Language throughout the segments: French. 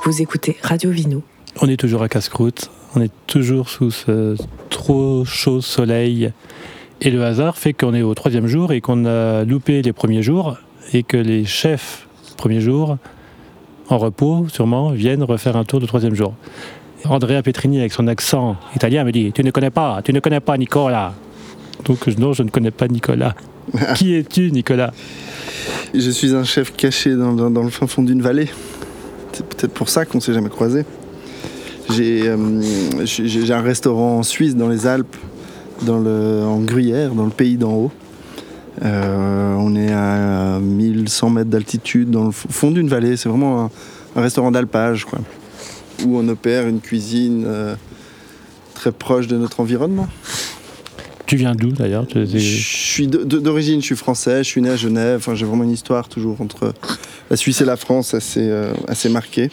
Vous écoutez Radio Vino. On est toujours à Casse-Croûte, on est toujours sous ce trop chaud soleil. Et le hasard fait qu'on est au 3e jour et qu'on a loupé les premiers jours et que les chefs premiers jours, en repos sûrement, viennent refaire un tour du 3e jour. Andrea Petrini, avec son accent italien, me dit « Tu ne connais pas Nicolas ». Donc non, je ne connais pas Nicolas. Qui es-tu, Nicolas ? Je suis un chef caché dans le fin fond d'une vallée. C'est peut-être pour ça qu'on ne s'est jamais croisés. J'ai un restaurant en Suisse, dans les Alpes, en Gruyère, dans le pays d'en haut. On est à 1100 mètres d'altitude, dans le fond d'une vallée. C'est vraiment un restaurant d'alpage, quoi, où on opère une cuisine très proche de notre environnement. Tu viens d'où d'ailleurs ? Je suis d'origine, je suis français, je suis né à Genève. Enfin, j'ai vraiment une histoire toujours entre la Suisse et la France assez marquée.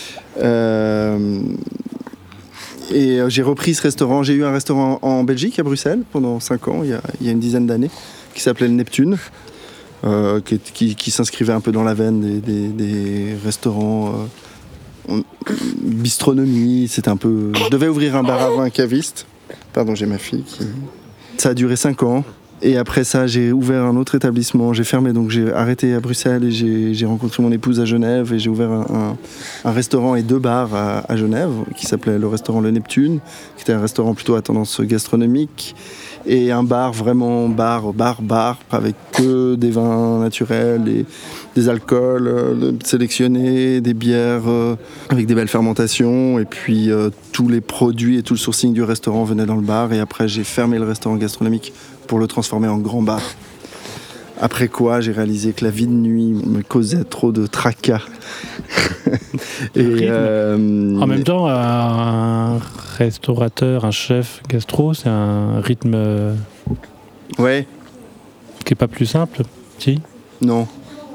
Et j'ai repris ce restaurant. J'ai eu un restaurant en Belgique, à Bruxelles, pendant 5 ans, il y a une dizaine d'années, qui s'appelait le Neptune, qui s'inscrivait un peu dans la veine des restaurants bistronomie. C'était un peu... Je devais ouvrir un bar à vin caviste. Pardon, j'ai ma fille qui... Ça a duré 5 ans. Et après ça, j'ai ouvert un autre établissement. J'ai fermé, donc j'ai arrêté à Bruxelles et j'ai rencontré mon épouse à Genève. Et j'ai ouvert un restaurant et 2 bars à Genève, qui s'appelait le restaurant Le Neptune, qui était un restaurant plutôt à tendance gastronomique. Et un bar vraiment bar, avec que des vins naturels, des alcools sélectionnés, des bières avec des belles fermentations. Et puis tous les produits et tout le sourcing du restaurant venaient dans le bar. Et après, j'ai fermé le restaurant gastronomique pour le transformer en grand bar. Après quoi, j'ai réalisé que la vie de nuit me causait trop de tracas. En même temps, un restaurateur, un chef gastro, c'est un rythme ouais. Qui n'est pas plus simple, si ? Non,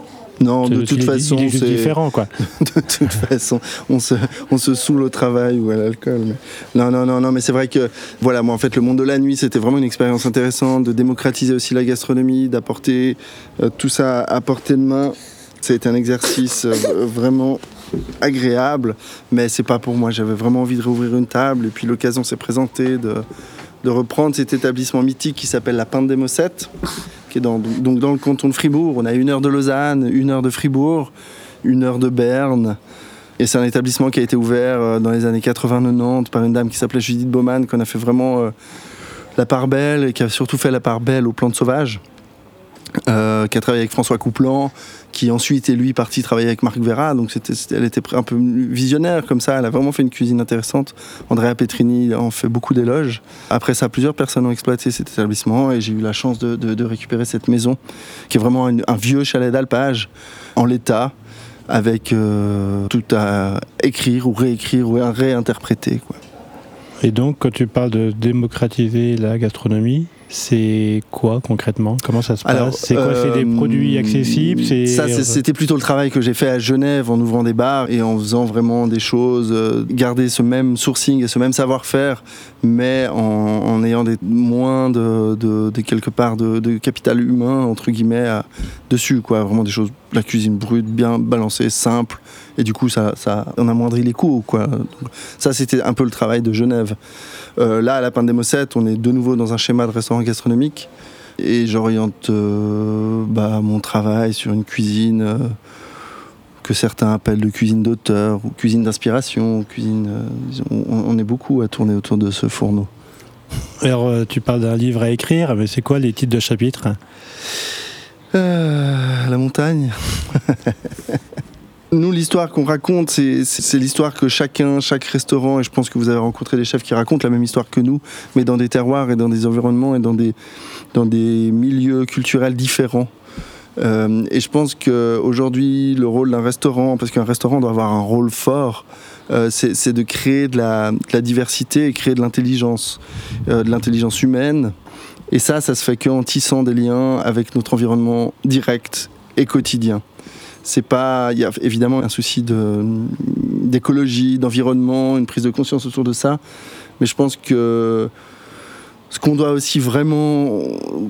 de toute façon, il est juste différent, quoi. De toute façon, on se saoule au travail ou à l'alcool. Mais... Non, mais c'est vrai que, voilà, moi, en fait, le monde de la nuit, c'était vraiment une expérience intéressante, de démocratiser aussi la gastronomie, d'apporter tout ça à portée de main. Ça a été un exercice vraiment agréable, mais c'est pas pour moi. J'avais vraiment envie de réouvrir une table, et puis l'occasion s'est présentée de reprendre cet établissement mythique qui s'appelle la Pinte des Mossettes, qui est dans le canton de Fribourg. On a 1 heure de Lausanne, 1 heure de Fribourg, 1 heure de Berne. Et c'est un établissement qui a été ouvert dans les années 80-90 par une dame qui s'appelait Judith Baumann, qu'on a fait vraiment la part belle, et qui a surtout fait la part belle aux plantes sauvages. Qui a travaillé avec François Couplan, qui ensuite est lui parti travailler avec Marc Vera, donc elle était un peu visionnaire comme ça, elle a vraiment fait une cuisine intéressante. Andrea Petrini en fait beaucoup d'éloges. Après ça, plusieurs personnes ont exploité cet établissement et j'ai eu la chance de récupérer cette maison, qui est vraiment un vieux chalet d'alpage en l'état, avec tout à écrire ou réécrire ou à réinterpréter, quoi. Et donc, quand tu parles de démocratiser la gastronomie, c'est quoi concrètement ? Comment ça se passe ? Alors, c'est quoi ? C'est des produits accessibles ? C'était plutôt le travail que j'ai fait à Genève en ouvrant des bars et en faisant vraiment des choses, garder ce même sourcing et ce même savoir-faire, mais en ayant moins de quelque part de capital humain entre guillemets dessus, quoi. Vraiment des choses, la cuisine brute, bien balancée, simple. Et du coup, ça on amoindrit les coûts, quoi. Donc, ça, c'était un peu le travail de Genève. Là, à la Pinte des Mossettes, on est de nouveau dans un schéma de restaurant gastronomique. Et j'oriente mon travail sur une cuisine que certains appellent de cuisine d'auteur, ou cuisine d'inspiration, on est beaucoup à tourner autour de ce fourneau. Alors, tu parles d'un livre à écrire, mais c'est quoi les titres de chapitres ? La montagne. Nous, l'histoire qu'on raconte, c'est l'histoire que chaque restaurant, et je pense que vous avez rencontré des chefs qui racontent la même histoire que nous, mais dans des terroirs et dans des environnements et dans des milieux culturels différents. Et je pense qu'aujourd'hui, le rôle d'un restaurant, parce qu'un restaurant doit avoir un rôle fort, c'est de créer de la diversité et créer de l'intelligence humaine. Et ça se fait qu'en tissant des liens avec notre environnement direct et quotidien. Il y a évidemment un souci d'écologie, d'environnement, une prise de conscience autour de ça, mais je pense que ce qu'on doit aussi vraiment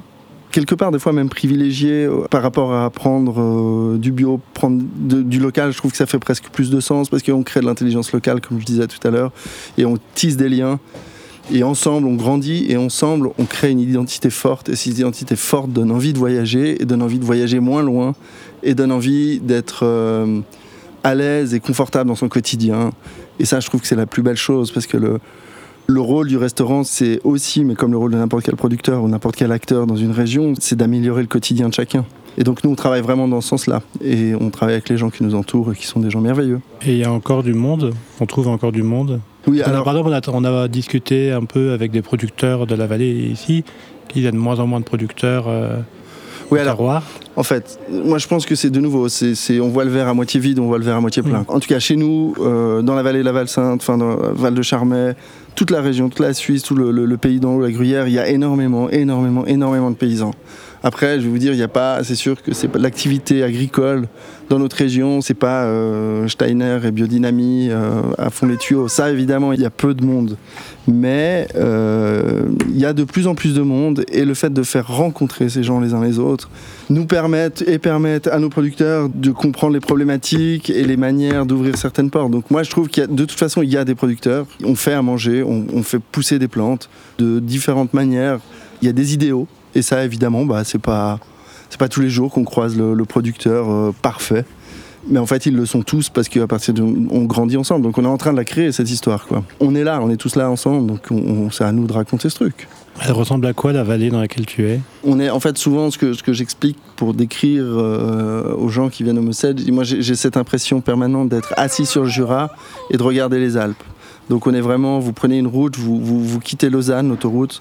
quelque part des fois même privilégié par rapport à prendre du bio, prendre du local. Je trouve que ça fait presque plus de sens parce qu'on crée de l'intelligence locale, comme je disais tout à l'heure, et on tisse des liens. Et ensemble, on grandit et ensemble, on crée une identité forte. Et cette identité forte donne envie de voyager et donne envie de voyager moins loin et donne envie d'être à l'aise et confortable dans son quotidien. Et ça, je trouve que c'est la plus belle chose parce que le rôle du restaurant, c'est aussi, mais comme le rôle de n'importe quel producteur ou n'importe quel acteur dans une région, c'est d'améliorer le quotidien de chacun. Et donc nous, on travaille vraiment dans ce sens-là. Et on travaille avec les gens qui nous entourent et qui sont des gens merveilleux. Et il y a encore du monde, on trouve encore du monde. Oui, alors... Par exemple, on a discuté un peu avec des producteurs de la vallée ici, qu'il y a de moins en moins de producteurs oui, alors, terroirs. En fait, moi je pense que c'est de nouveau, on voit le verre à moitié vide, on voit le verre à moitié plein. En tout cas, chez nous, dans la vallée de la Val-Sainte, enfin dans le Val de Charmey, toute la région, toute la Suisse, tout le pays d'en haut, la Gruyère, il y a énormément de paysans. Après, je vais vous dire, c'est sûr que c'est pas l'activité agricole dans notre région, c'est pas Steiner et Biodynamie à fond les tuyaux. Ça, évidemment, il y a peu de monde. Mais il y a de plus en plus de monde et le fait de faire rencontrer ces gens les uns les autres nous permettent à nos producteurs de comprendre les problématiques et les manières d'ouvrir certaines portes. Donc moi, je trouve de toute façon, il y a des producteurs. On fait à manger, on fait pousser des plantes de différentes manières. Il y a des idéaux. Et ça, évidemment, c'est pas tous les jours qu'on croise le producteur parfait. Mais en fait, ils le sont tous parce qu'à partir on grandit ensemble. Donc on est en train de la créer, cette histoire, quoi. On est là, on est tous là ensemble. Donc c'est à nous de raconter ce truc. Elle ressemble à quoi, la vallée dans laquelle tu es ? On est, en fait, souvent, ce que j'explique pour décrire aux gens qui viennent au Moselle, moi j'ai cette impression permanente d'être assis sur le Jura et de regarder les Alpes. Donc on est vraiment, vous prenez une route, vous quittez Lausanne, l'autoroute,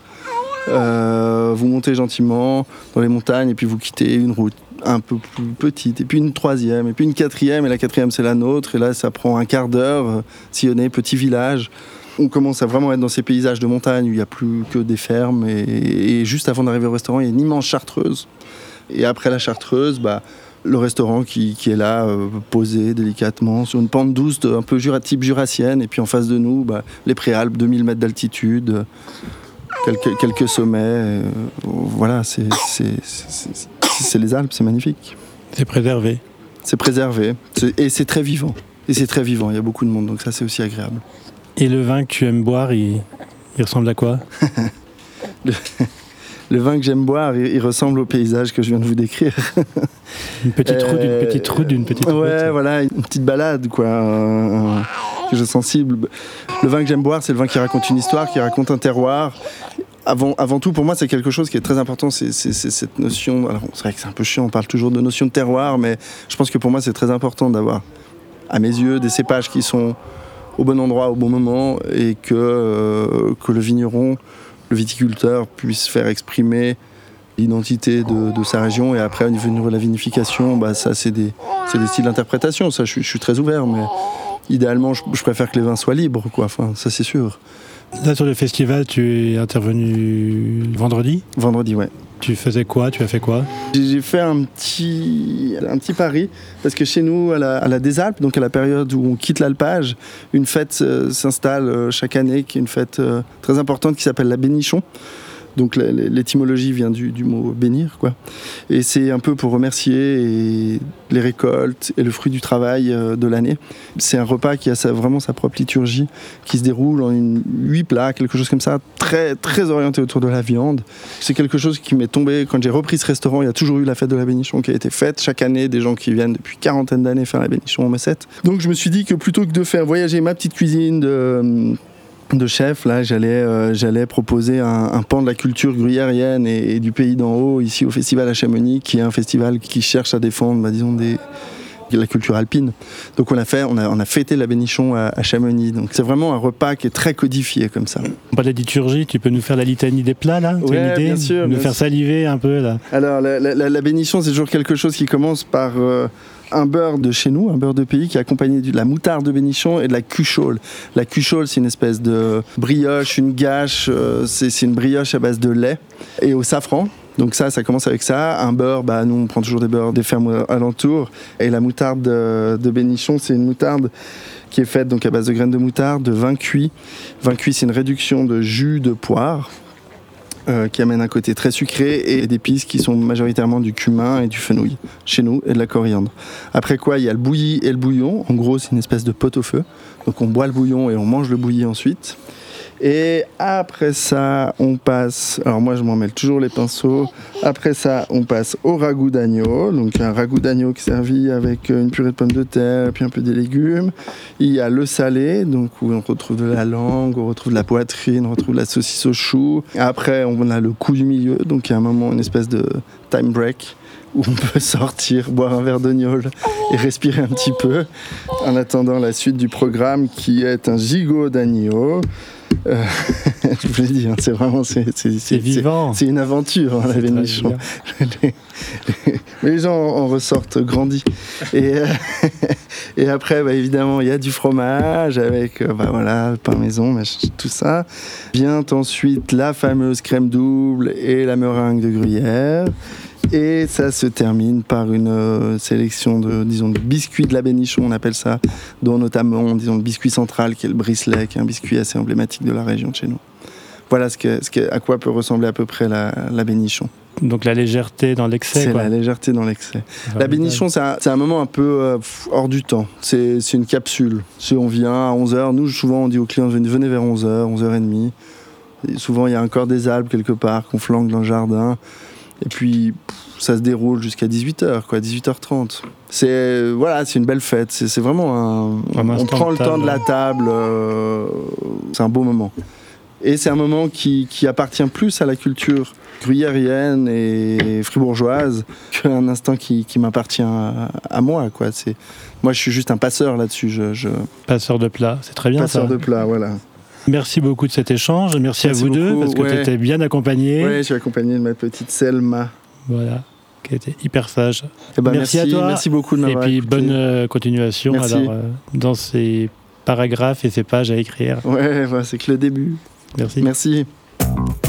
vous montez gentiment dans les montagnes et puis vous quittez une route un peu plus petite et puis une troisième et puis une quatrième et la quatrième c'est la nôtre et là ça prend un quart d'heure, sillonner petit village. On commence à vraiment être dans ces paysages de montagne où il n'y a plus que des fermes et juste avant d'arriver au restaurant il y a une immense chartreuse et après la chartreuse le restaurant qui est là posé délicatement sur une pente douce un peu type jurassienne et puis en face de nous les préalpes 2000 mètres d'altitude. Quelques sommets, voilà, c'est les Alpes, c'est magnifique. C'est préservé. C'est préservé, et c'est très vivant. Et c'est très vivant, il y a beaucoup de monde, donc ça c'est aussi agréable. Et le vin que tu aimes boire, il ressemble à quoi ? Le vin que j'aime boire, il ressemble au paysage que je viens de vous décrire. Une petite route d'une petite route. Ouais, voilà, une petite balade, quoi. Que je sensible. Le vin que j'aime boire, c'est le vin qui raconte une histoire, qui raconte un terroir. Avant tout, pour moi, c'est quelque chose qui est très important. C'est cette notion. Alors, c'est vrai que c'est un peu chiant, on parle toujours de notion de terroir, mais je pense que pour moi, c'est très important d'avoir, à mes yeux, des cépages qui sont au bon endroit, au bon moment, et que le vigneron, le viticulteur, puisse faire exprimer l'identité de sa région. Et après, au niveau de la vinification, ça, c'est des styles d'interprétation. Ça, je suis très ouvert, mais idéalement, je préfère que les vins soient libres, quoi. Enfin, ça, c'est sûr. Là, sur le festival, tu es intervenu vendredi ? Vendredi, ouais. Tu faisais quoi ? Tu as fait quoi ? J'ai fait un petit pari, parce que chez nous, à la des Alpes, donc à la période où on quitte l'alpage, une fête s'installe chaque année, qui est une fête très importante qui s'appelle la Bénichon. Donc l'étymologie vient du mot bénir, quoi. Et c'est un peu pour remercier les récoltes et le fruit du travail de l'année. C'est un repas qui a vraiment sa propre liturgie, qui se déroule en 8 plats, quelque chose comme ça, très, très orienté autour de la viande. C'est quelque chose qui m'est tombé quand j'ai repris ce restaurant. Il y a toujours eu la fête de la Bénichon qui a été faite chaque année, des gens qui viennent depuis 40 d'années faire la Bénichon au Messette. Donc je me suis dit que plutôt que de faire voyager ma petite cuisine de chef, là, j'allais proposer un pan de la culture gruyérienne et du pays d'en haut, ici au Festival à Chamonix, qui est un festival qui cherche à défendre, disons, la culture alpine. Donc on a fêté la Bénichon à Chamonix. Donc c'est vraiment un repas qui est très codifié comme ça. On parle de liturgie, tu peux nous faire la litanie des plats, là ? Oui, bien sûr. Nous faire saliver un peu, là. Alors, la Bénichon, c'est toujours quelque chose qui commence par un beurre de chez nous, un beurre de pays qui est accompagné de la moutarde de Bénichon et de la cuchole. La cuchole, c'est une espèce de brioche, une gâche, c'est une brioche à base de lait et au safran. Donc ça commence avec ça. Un beurre, nous on prend toujours des beurres des fermes alentours. Et la moutarde de Bénichon, c'est une moutarde qui est faite donc à base de graines de moutarde, de vin cuit. Vin cuit, c'est une réduction de jus de poire. qui amène un côté très sucré, et d'épices qui sont majoritairement du cumin et du fenouil chez nous, et de la coriandre. Après quoi, il y a le bouilli et le bouillon. En gros, c'est une espèce de pot au feu. Donc on boit le bouillon et on mange le bouilli ensuite. Et après ça, on passe... Alors moi, je m'en mêle toujours les pinceaux. Après ça, on passe au ragoût d'agneau. Donc un ragoût d'agneau qui est servi avec une purée de pommes de terre, puis un peu des légumes. Il y a le salé, donc où on retrouve de la langue, on retrouve de la poitrine, on retrouve de la saucisse au chou. Après, on a le coup du milieu. Donc il y a un moment, une espèce de time break, où on peut sortir, boire un verre de gnôle et respirer un petit peu, en attendant la suite du programme, qui est un gigot d'agneau. Je vous l'ai dit, c'est vraiment c'est vivant. C'est une aventure, la bénichon. Mais les gens en ressortent grandis. Et après, évidemment, il y a du fromage avec le pain maison, tout ça. Vient ensuite la fameuse crème double et la meringue de Gruyère. Et ça se termine par une sélection de biscuits de la bénichon, on appelle ça, dont notamment, le biscuit central, qui est le bricelet, qui est un biscuit assez emblématique de la région de chez nous. Voilà à quoi peut ressembler à peu près la bénichon. Donc la légèreté dans l'excès. C'est la légèreté dans l'excès. La bénichon, c'est un moment un peu hors du temps. C'est une capsule. Si on vient à 11h, nous, souvent, on dit aux clients, venez vers 11h, 11h30. Et souvent, il y a encore des albes quelque part qu'on flanque dans le jardin. Et puis, ça se déroule jusqu'à 18h, 18h30. C'est une belle fête. C'est vraiment on prend le temps de la table. C'est un beau moment. Et c'est un moment qui appartient plus à la culture gruyérienne et fribourgeoise qu'un instant qui m'appartient à moi. Moi, je suis juste un passeur là-dessus. Passeur de plat, c'est très bien. Passeur de plat, voilà. Merci beaucoup de cet échange. Merci à vous beaucoup, deux, parce que tu étais bien accompagné. Oui, je suis accompagné de ma petite Selma. Voilà, qui était hyper sage. Merci à toi. Merci beaucoup de m'avoir écouté. Et puis bonne continuation dans ces paragraphes et ces pages à écrire. Ouais, c'est que le début. Merci. Merci.